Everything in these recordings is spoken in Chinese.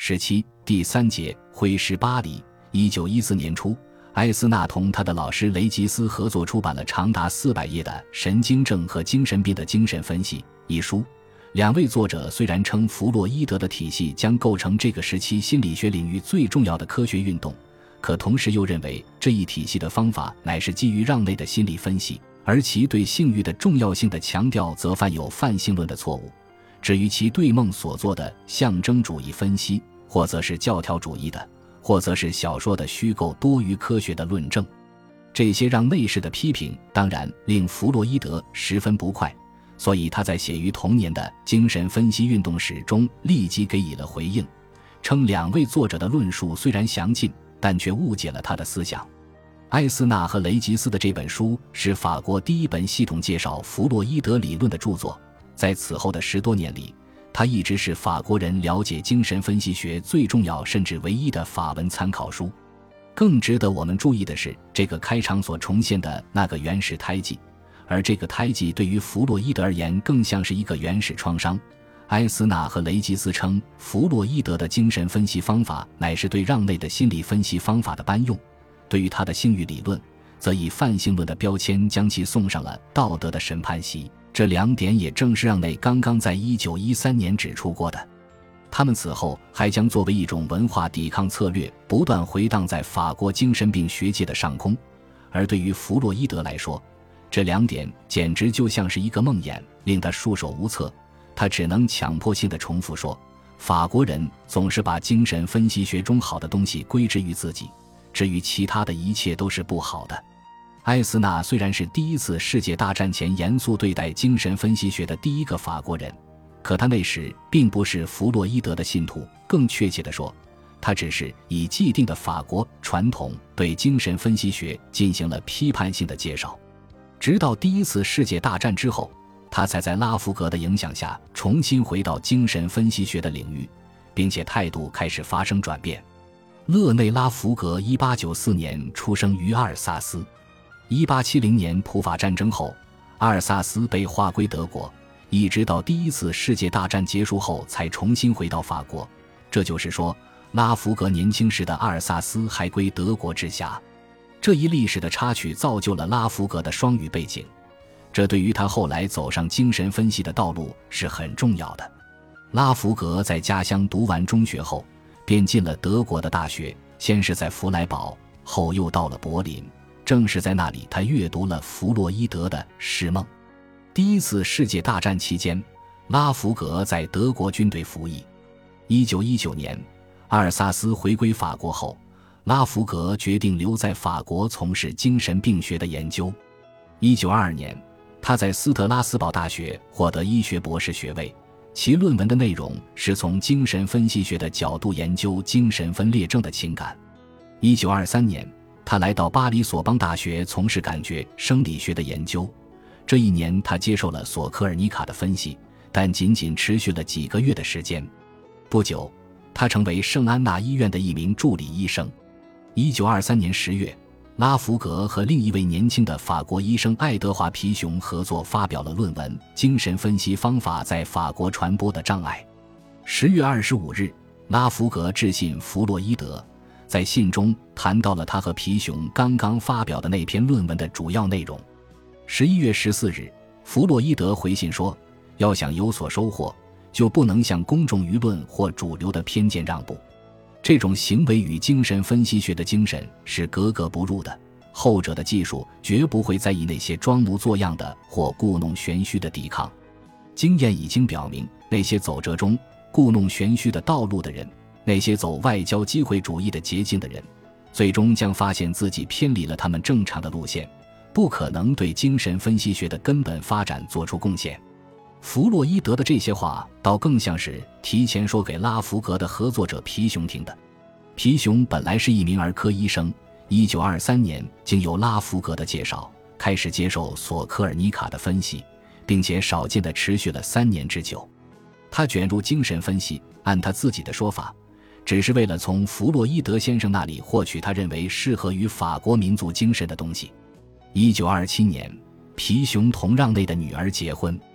17第3节会师巴黎。1914年初，埃斯纳同他的老师雷吉斯合作出版了长达400页的《神经症和精神病的精神分析》一书。两位作者虽然称弗洛伊德的体系将构成这个时期心理学领域最重要的科学运动，可同时又认为这一体系的方法乃是基于让内的心理分析，而其对性欲的重要性的强调则犯有泛性论的错误。至于其对梦所做的象征主义分析，或则是教条主义的，或则是小说的虚构多于科学的论证。这些让内式的批评当然令弗洛伊德十分不快，所以他在写于同年的精神分析运动史中立即给予了回应，称两位作者的论述虽然详尽，但却误解了他的思想。埃斯纳和雷吉斯的这本书是法国第一本系统介绍弗洛伊德理论的著作，在此后的10多年里，它一直是法国人了解精神分析学最重要甚至唯一的法文参考书。更值得我们注意的是，这个开场所重现的那个原始胎记，而这个胎记对于弗洛伊德而言更像是一个原始创伤。埃斯纳和雷吉斯称，弗洛伊德的精神分析方法乃是对让内的心理分析方法的搬用，对于他的性欲理论，则以泛性论的标签将其送上了道德的审判席。这2点也正是让内刚刚在1913年指出过的。他们此后还将作为一种文化抵抗策略不断回荡在法国精神病学界的上空，而对于弗洛伊德来说，这2点简直就像是一个梦魇，令他束手无策。他只能强迫性地重复说，法国人总是把精神分析学中好的东西归之于自己，至于其他的一切都是不好的。埃斯纳虽然是第一次世界大战前严肃对待精神分析学的第一个法国人，可他那时并不是弗洛伊德的信徒，更确切地说，他只是以既定的法国传统对精神分析学进行了批判性的介绍。直到第一次世界大战之后，他才在拉福格的影响下重新回到精神分析学的领域，并且态度开始发生转变。勒内·拉福格1894年出生于阿尔萨斯。1870年普法战争后，阿尔萨斯被划归德国，一直到第一次世界大战结束后才重新回到法国。这就是说，拉福格年轻时的阿尔萨斯还归德国治辖。这一历史的插曲造就了拉福格的双语背景，这对于他后来走上精神分析的道路是很重要的。拉福格在家乡读完中学后，便进了德国的大学，先是在弗莱堡，后又到了柏林。正是在那里，他阅读了弗洛伊德的《释梦》。第一次世界大战期间，拉福格在德国军队服役。1919年，阿尔萨斯回归法国后，拉福格决定留在法国从事精神病学的研究。1922年，他在斯特拉斯堡大学获得医学博士学位，其论文的内容是从精神分析学的角度研究精神分裂症的情感。1923年，他来到巴黎索邦大学从事感觉生理学的研究。这一年，他接受了索科尔尼卡的分析，但仅仅持续了几个月的时间。不久，他成为圣安娜医院的一名助理医生。1923年10月，拉福格和另一位年轻的法国医生爱德华·皮熊合作发表了论文《精神分析方法在法国传播的障碍》。10月25日，拉福格致信弗洛伊德，在信中谈到了他和皮熊刚刚发表的那篇论文的主要内容。11月14日，弗洛伊德回信说，要想有所收获，就不能向公众舆论或主流的偏见让步。这种行为与精神分析学的精神是格格不入的，后者的技术绝不会在意那些装模作样的或故弄玄虚的抵抗。经验已经表明，那些走这种故弄玄虚的道路的人，那些走外交机会主义的捷径的人，最终将发现自己偏离了他们正常的路线，不可能对精神分析学的根本发展做出贡献。弗洛伊德的这些话倒更像是提前说给拉福格的合作者皮熊听的。皮熊本来是一名儿科医生，1923年经由拉福格的介绍，开始接受索科尔尼卡的分析，并且少见地持续了3年之久。他卷入精神分析，按他自己的说法，只是为了从弗洛伊德先生那里获取他认为适合于法国民族精神的东西。1927年，皮熊同让内的女儿结婚。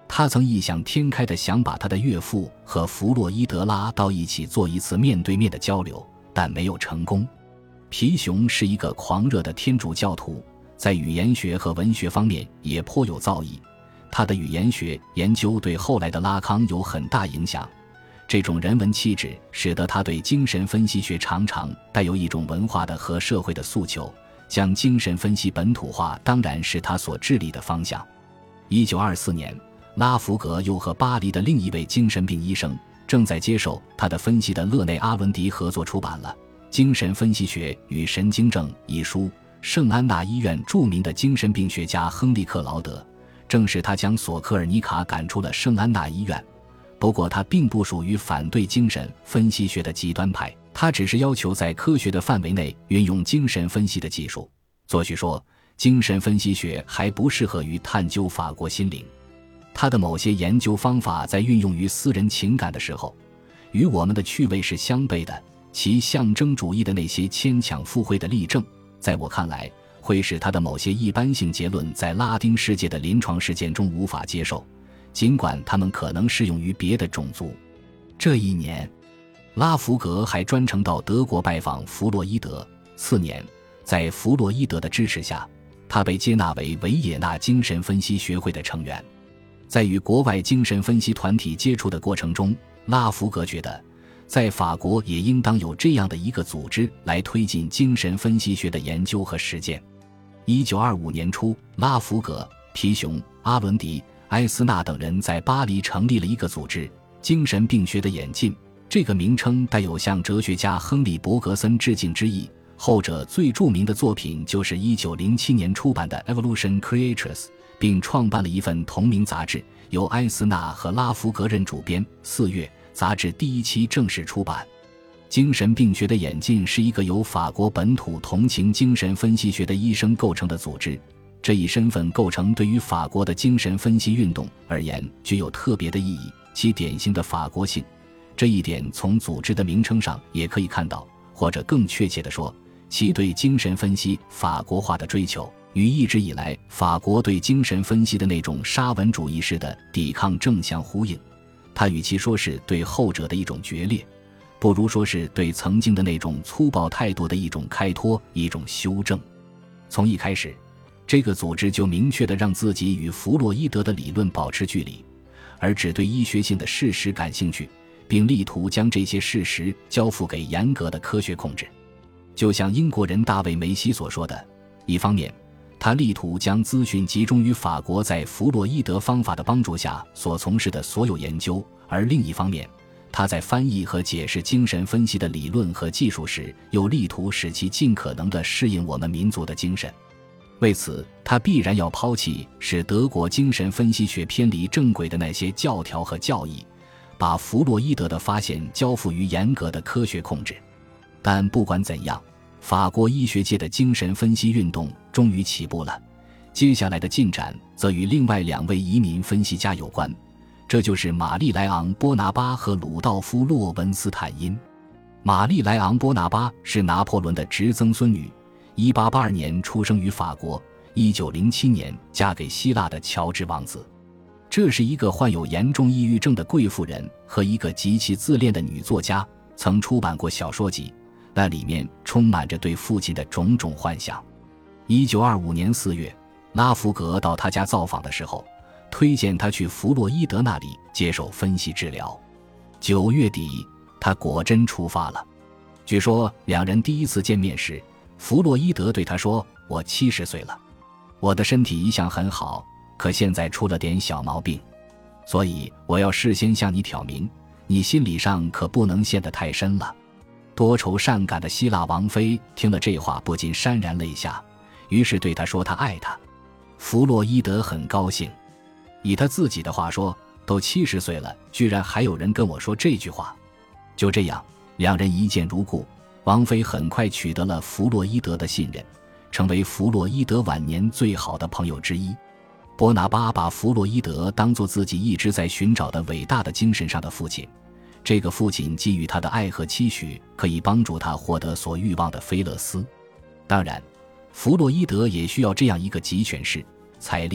他曾异想天开地想把他的岳父和弗洛伊德拉到一起做一次面对面的交流，但没有成功。皮熊是一个狂热的天主教徒，在语言学和文学方面也颇有造诣。他的语言学研究对后来的拉康有很大影响，这种人文气质使得他对精神分析学常常带有一种文化的和社会的诉求，将精神分析本土化当然是他所致力的方向。1924年，拉福格又和巴黎的另一位精神病医生正在接受他的分析的勒内·阿伦迪合作出版了《精神分析学与神经症》一书。圣安娜医院著名的精神病学家亨利·克劳德，正是他将索科尔尼卡赶出了圣安娜医院。不过他并不属于反对精神分析学的极端派，他只是要求在科学的范围内运用精神分析的技术。作序说，精神分析学还不适合于探究法国心灵。他的某些研究方法在运用于私人情感的时候，与我们的趣味是相悖的。其象征主义的那些牵强附会的例证，在我看来，会使他的某些一般性结论在拉丁世界的临床实践中无法接受，尽管他们可能适用于别的种族。这一年，拉福格还专程到德国拜访弗洛伊德。次年，在弗洛伊德的支持下，他被接纳为维也纳精神分析学会的成员。在与国外精神分析团体接触的过程中，拉福格觉得在法国也应当有这样的一个组织来推进精神分析学的研究和实践。1925年初，拉福格、皮熊、阿伦迪、埃斯纳等人在巴黎成立了一个组织——精神病学的演进。这个名称带有向哲学家亨利·伯格森致敬之意，后者最著名的作品就是1907年出版的《Evolution Creatures》，并创办了一份同名杂志，由埃斯纳和拉福格任主编。4月，杂志第一期正式出版。精神病学的演进是一个由法国本土同情精神分析学的医生构成的组织，这一身份构成对于法国的精神分析运动而言具有特别的意义，其典型的法国性。这一点从组织的名称上也可以看到，或者更确切地说，其对精神分析法国化的追求与一直以来法国对精神分析的那种沙文主义式的抵抗正相呼应。它与其说是对后者的一种决裂，不如说是对曾经的那种粗暴态度的一种开脱，一种修正。从一开始，这个组织就明确地让自己与弗洛伊德的理论保持距离，而只对医学性的事实感兴趣，并力图将这些事实交付给严格的科学控制。就像英国人大卫·梅西所说的，一方面他力图将资讯集中于法国在弗洛伊德方法的帮助下所从事的所有研究，而另一方面他在翻译和解释精神分析的理论和技术时，又力图使其尽可能地适应我们民族的精神。为此，他必然要抛弃使德国精神分析学偏离正轨的那些教条和教义，把弗洛伊德的发现交付于严格的科学控制。但不管怎样，法国医学界的精神分析运动终于起步了。接下来的进展则与另外2位移民分析家有关，这就是玛丽莱昂·波拿巴和鲁道夫·洛文斯坦因。玛丽莱昂·波拿巴是拿破仑的侄曾孙女，1882年出生于法国，1907年嫁给希腊的乔治王子。这是一个患有严重抑郁症的贵妇人和一个极其自恋的女作家，曾出版过小说集，那里面充满着对父亲的种种幻想。1925年4月，拉福格到他家造访的时候，推荐他去弗洛伊德那里接受分析治疗。9月底，他果真出发了。据说2人第一次见面时，弗洛伊德对他说：“我70岁了，我的身体一向很好，可现在出了点小毛病，所以我要事先向你挑明，你心理上可不能陷得太深了。”多愁善感的希腊王妃听了这话不禁潸然泪下，于是对他说他爱他。弗洛伊德很高兴，以他自己的话说，都70岁了，居然还有人跟我说这句话。就这样，2人一见如故。王妃很快取得了弗洛伊德的信任，成为弗洛伊德晚年最好的朋友之一。波拿巴把弗洛伊德当作自己一直在寻找的伟大的精神上的父亲，这个父亲给予他的爱和期许可以帮助他获得所欲望的菲勒斯。当然，弗洛伊德也需要这样一个集权式、财力、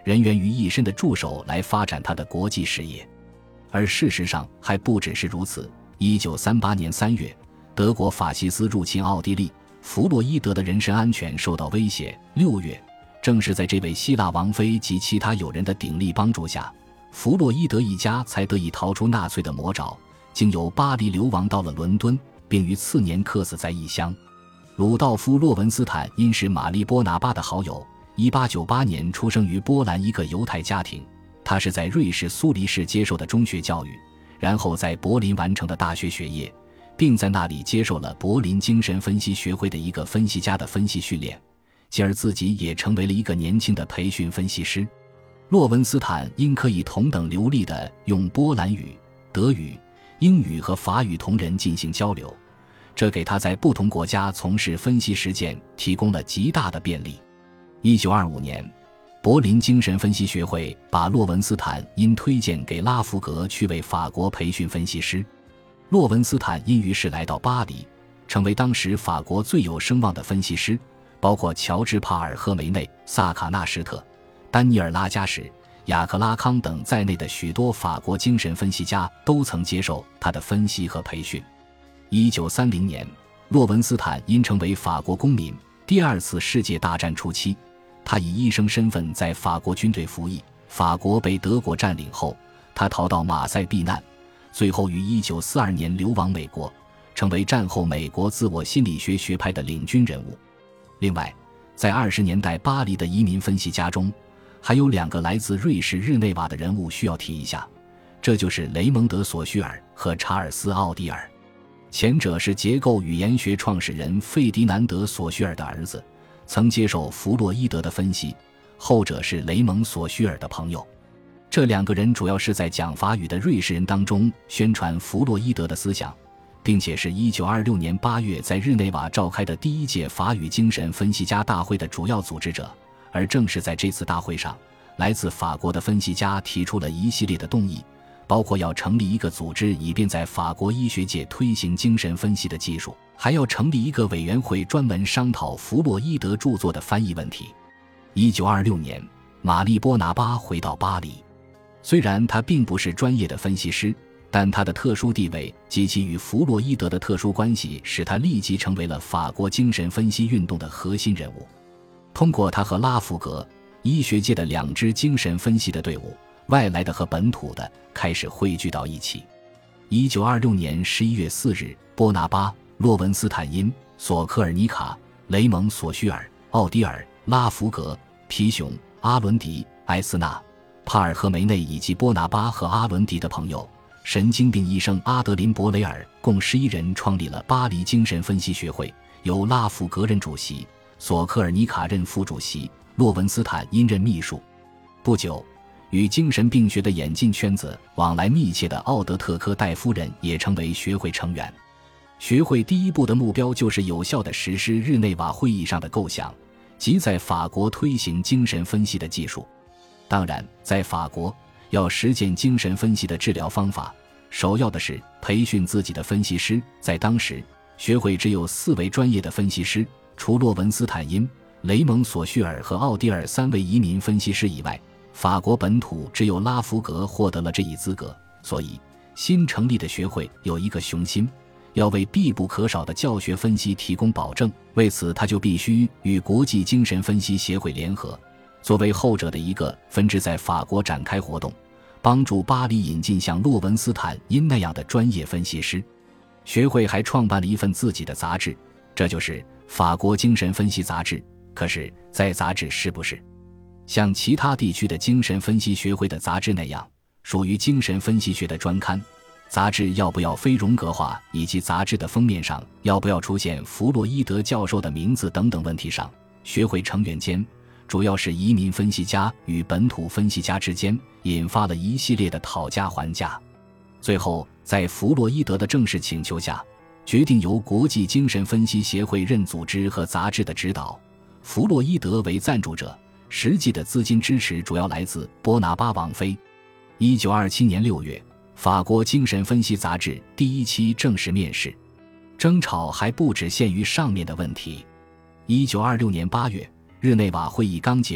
人员于一身的助手来发展他的国际事业。而事实上还不只是如此。1938年3月，德国法西斯入侵奥地利，弗洛伊德的人身安全受到威胁。6月，正是在这位希腊王妃及其他友人的鼎力帮助下，弗洛伊德一家才得以逃出纳粹的魔爪，经由巴黎流亡到了伦敦，并于次年客死在异乡。鲁道夫·洛文斯坦因是玛丽·波拿巴的好友，1898年出生于波兰一个犹太家庭。他是在瑞士苏黎世接受的中学教育，然后在柏林完成的大学学业，并在那里接受了柏林精神分析学会的一个分析家的分析训练，继而自己也成为了一个年轻的培训分析师。洛文斯坦因可以同等流利地用波兰语、德语、英语和法语同人进行交流，这给他在不同国家从事分析实践提供了极大的便利。1925年，柏林精神分析学会把洛文斯坦因推荐给拉福格去为法国培训分析师。洛文斯坦因于是来到巴黎，成为当时法国最有声望的分析师，包括乔治·帕尔赫梅内、萨卡纳什特、丹尼尔·拉加什、雅克拉康等在内的许多法国精神分析家都曾接受他的分析和培训。1930年，洛文斯坦因成为法国公民，第二次世界大战初期，他以医生身份在法国军队服役。法国被德国占领后，他逃到马赛避难，最后于1942年流亡美国，成为战后美国自我心理学学派的领军人物。另外，在20年代巴黎的移民分析家中，还有2个来自瑞士日内瓦的人物需要提一下，这就是雷蒙德·索绪尔和查尔斯·奥迪尔。前者是结构语言学创始人费迪南德·索绪尔的儿子，曾接受弗洛伊德的分析，后者是雷蒙·索绪尔的朋友。这2个人主要是在讲法语的瑞士人当中宣传弗洛伊德的思想，并且是1926年8月在日内瓦召开的第1届法语精神分析家大会的主要组织者。而正是在这次大会上，来自法国的分析家提出了一系列的动议，包括要成立一个组织以便在法国医学界推行精神分析的技术，还要成立一个委员会专门商讨弗洛伊德著作的翻译问题。1926年，玛丽·波拿巴回到巴黎，虽然他并不是专业的分析师，但他的特殊地位及其与弗洛伊德的特殊关系使他立即成为了法国精神分析运动的核心人物。通过他和拉福格，医学界的2支精神分析的队伍，外来的和本土的，开始汇聚到一起。1926年11月4日，波拿巴、洛文斯坦因、索科尔尼卡、雷蒙·索绪尔、奥迪尔、拉福格、皮熊、阿伦迪、埃斯纳、帕尔赫梅内以及波拿巴和阿伦迪的朋友神经病医生阿德林·伯雷尔共11人创立了巴黎精神分析学会，由拉福格任主席，索科尔尼卡任副主席，洛文斯坦因任秘书。不久，与精神病学的演进圈子往来密切的奥德特科代夫人也成为学会成员。学会第一步的目标就是有效地实施日内瓦会议上的构想，即在法国推行精神分析的技术。当然，在法国要实践精神分析的治疗方法，首要的是培训自己的分析师。在当时，学会只有4位专业的分析师，除洛文斯坦因、雷蒙·索绪尔和奥迪尔3位移民分析师以外，法国本土只有拉福格获得了这一资格。所以新成立的学会有一个雄心，要为必不可少的教学分析提供保证。为此，他就必须与国际精神分析协会联合，作为后者的一个分支，在法国展开活动，帮助巴黎引进像洛文斯坦因那样的专业分析师。学会还创办了一份自己的杂志，这就是法国精神分析杂志。可是在杂志是不是像其他地区的精神分析学会的杂志那样属于精神分析学的专刊，杂志要不要非荣格化，以及杂志的封面上要不要出现弗洛伊德教授的名字等等问题上，学会成员间，主要是移民分析家与本土分析家之间，引发了一系列的讨价还价。最后在弗洛伊德的正式请求下，决定由国际精神分析协会任组织和杂志的指导，弗洛伊德为赞助者，实际的资金支持主要来自波拿巴王妃。1927年6月，法国精神分析杂志第1期正式面世。争吵还不只限于上面的问题。1926年8月，日内瓦会议刚结束，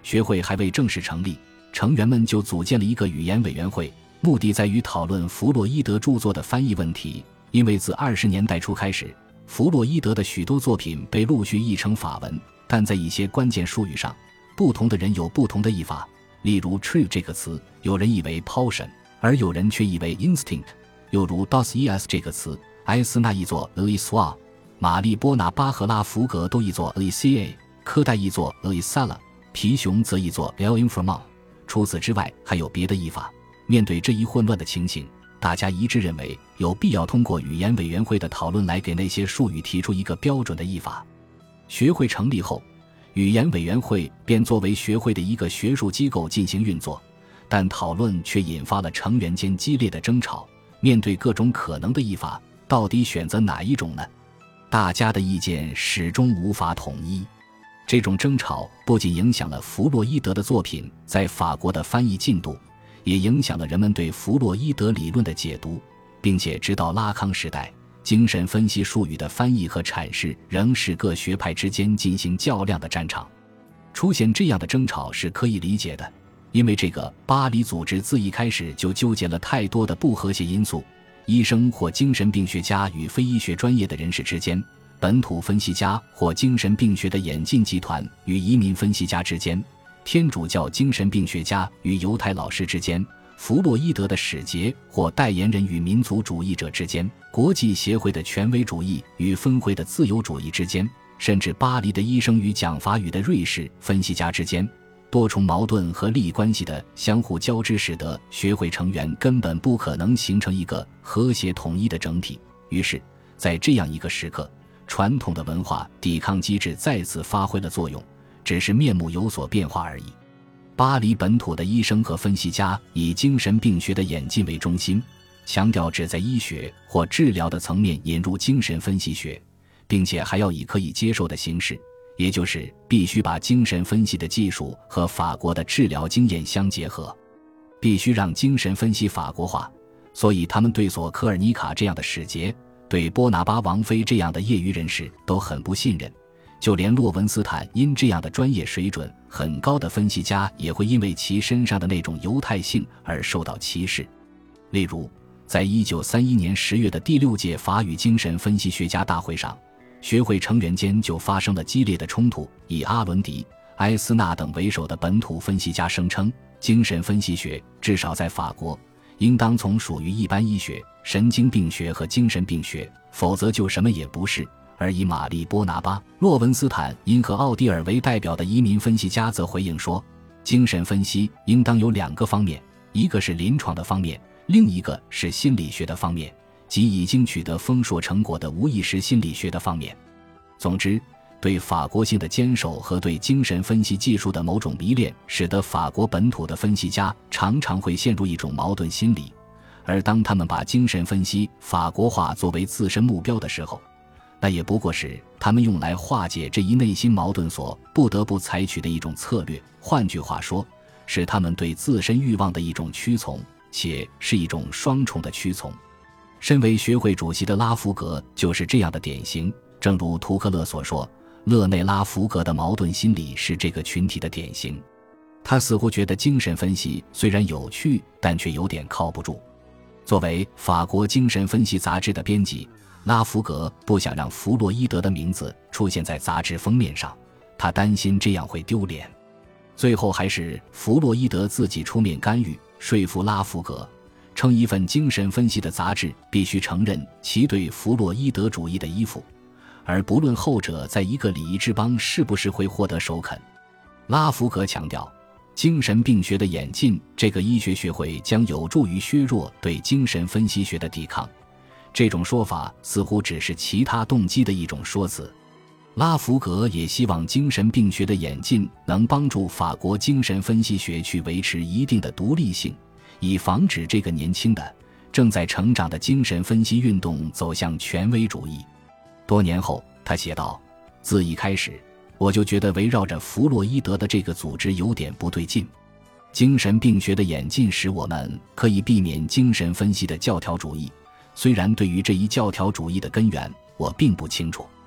学会还未正式成立，成员们就组建了一个语言委员会，目的在于讨论弗洛伊德著作的翻译问题。因为自20年代初开始，弗洛伊德的许多作品被陆续译成法文，但在一些关键术语上，不同的人有不同的译法。例如 true 这个词，有人译为 potion， 而有人却译为 instinct。又如 dossier 这个词，埃斯纳译作 l'histoire， 玛丽波拿巴和拉福格都译作 l'histoire， 科代译作 l'histoire， 皮熊则译作 l'informant。除此之外，还有别的译法。面对这一混乱的情形，大家一致认为有必要通过语言委员会的讨论来给那些术语提出一个标准的译法。学会成立后，语言委员会便作为学会的一个学术机构进行运作，但讨论却引发了成员间激烈的争吵。面对各种可能的译法，到底选择哪一种呢？大家的意见始终无法统一。这种争吵不仅影响了弗洛伊德的作品在法国的翻译进度，也影响了人们对弗洛伊德理论的解读，并且直到拉康时代，精神分析术语的翻译和阐释仍是各学派之间进行较量的战场。出现这样的争吵是可以理解的，因为这个巴黎组织自一开始就纠结了太多的不和谐因素：医生或精神病学家与非医学专业的人士之间，本土分析家或精神病学的演进集团与移民分析家之间，天主教精神病学家与犹太老师之间，弗洛伊德的使节或代言人与民族主义者之间，国际协会的权威主义与分会的自由主义之间，甚至巴黎的医生与讲法语的瑞士分析家之间。多重矛盾和利益关系的相互交织使得学会成员根本不可能形成一个和谐统一的整体。于是在这样一个时刻，传统的文化抵抗机制再次发挥了作用，只是面目有所变化而已。巴黎本土的医生和分析家以精神病学的演进为中心，强调只在医学或治疗的层面引入精神分析学，并且还要以可以接受的形式，也就是必须把精神分析的技术和法国的治疗经验相结合，必须让精神分析法国化。所以他们对索科尔尼卡这样的使节，对波拿巴王妃这样的业余人士都很不信任，就连洛文斯坦因这样的专业水准很高的分析家也会因为其身上的那种犹太性而受到歧视。例如在1931年10月的第6届法语精神分析学家大会上，学会成员间就发生了激烈的冲突。以阿伦迪、埃斯纳等为首的本土分析家声称，精神分析学至少在法国应当从属于一般医学、神经病学和精神病学，否则就什么也不是。而以玛丽波拿巴、洛文斯坦因和奥蒂尔为代表的移民分析家则回应说，精神分析应当有2个方面，一个是临床的方面，另一个是心理学的方面，即已经取得丰硕成果的无意识心理学的方面。总之，对法国性的坚守和对精神分析技术的某种迷恋，使得法国本土的分析家常常会陷入一种矛盾心理，而当他们把精神分析法国化作为自身目标的时候，那也不过是他们用来化解这一内心矛盾所不得不采取的一种策略，换句话说，是他们对自身欲望的一种屈从，且是一种双重的屈从。身为学会主席的拉福格就是这样的典型，正如图克勒所说，勒内拉福格的矛盾心理是这个群体的典型。他似乎觉得精神分析虽然有趣，但却有点靠不住。作为法国精神分析杂志的编辑，拉福格不想让弗洛伊德的名字出现在杂志封面上，他担心这样会丢脸。最后还是弗洛伊德自己出面干预，说服拉福格，称一份精神分析的杂志必须承认其对弗洛伊德主义的依附，而不论后者在一个礼仪之邦是不是会获得首肯。拉福格强调，精神病学的演进，这个医学学会将有助于削弱对精神分析学的抵抗。这种说法似乎只是其他动机的一种说辞。拉福格也希望精神病学的演进能帮助法国精神分析学去维持一定的独立性，以防止这个年轻的、正在成长的精神分析运动走向权威主义。多年后，他写道，自一开始，我就觉得围绕着弗洛伊德的这个组织有点不对劲。精神病学的演进使我们可以避免精神分析的教条主义，虽然对于这一教条主义的根源我并不清楚。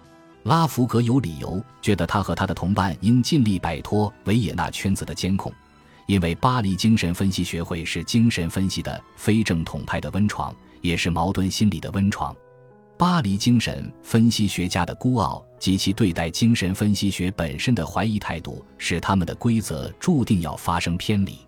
拉弗格有理由觉得他和他的同伴应尽力摆脱维也纳圈子的监控，因为巴黎精神分析学会是精神分析的非正统派的温床，也是矛盾心理的温床。巴黎精神分析学家的孤傲及其对待精神分析学本身的怀疑态度，使他们的规则注定要发生偏离。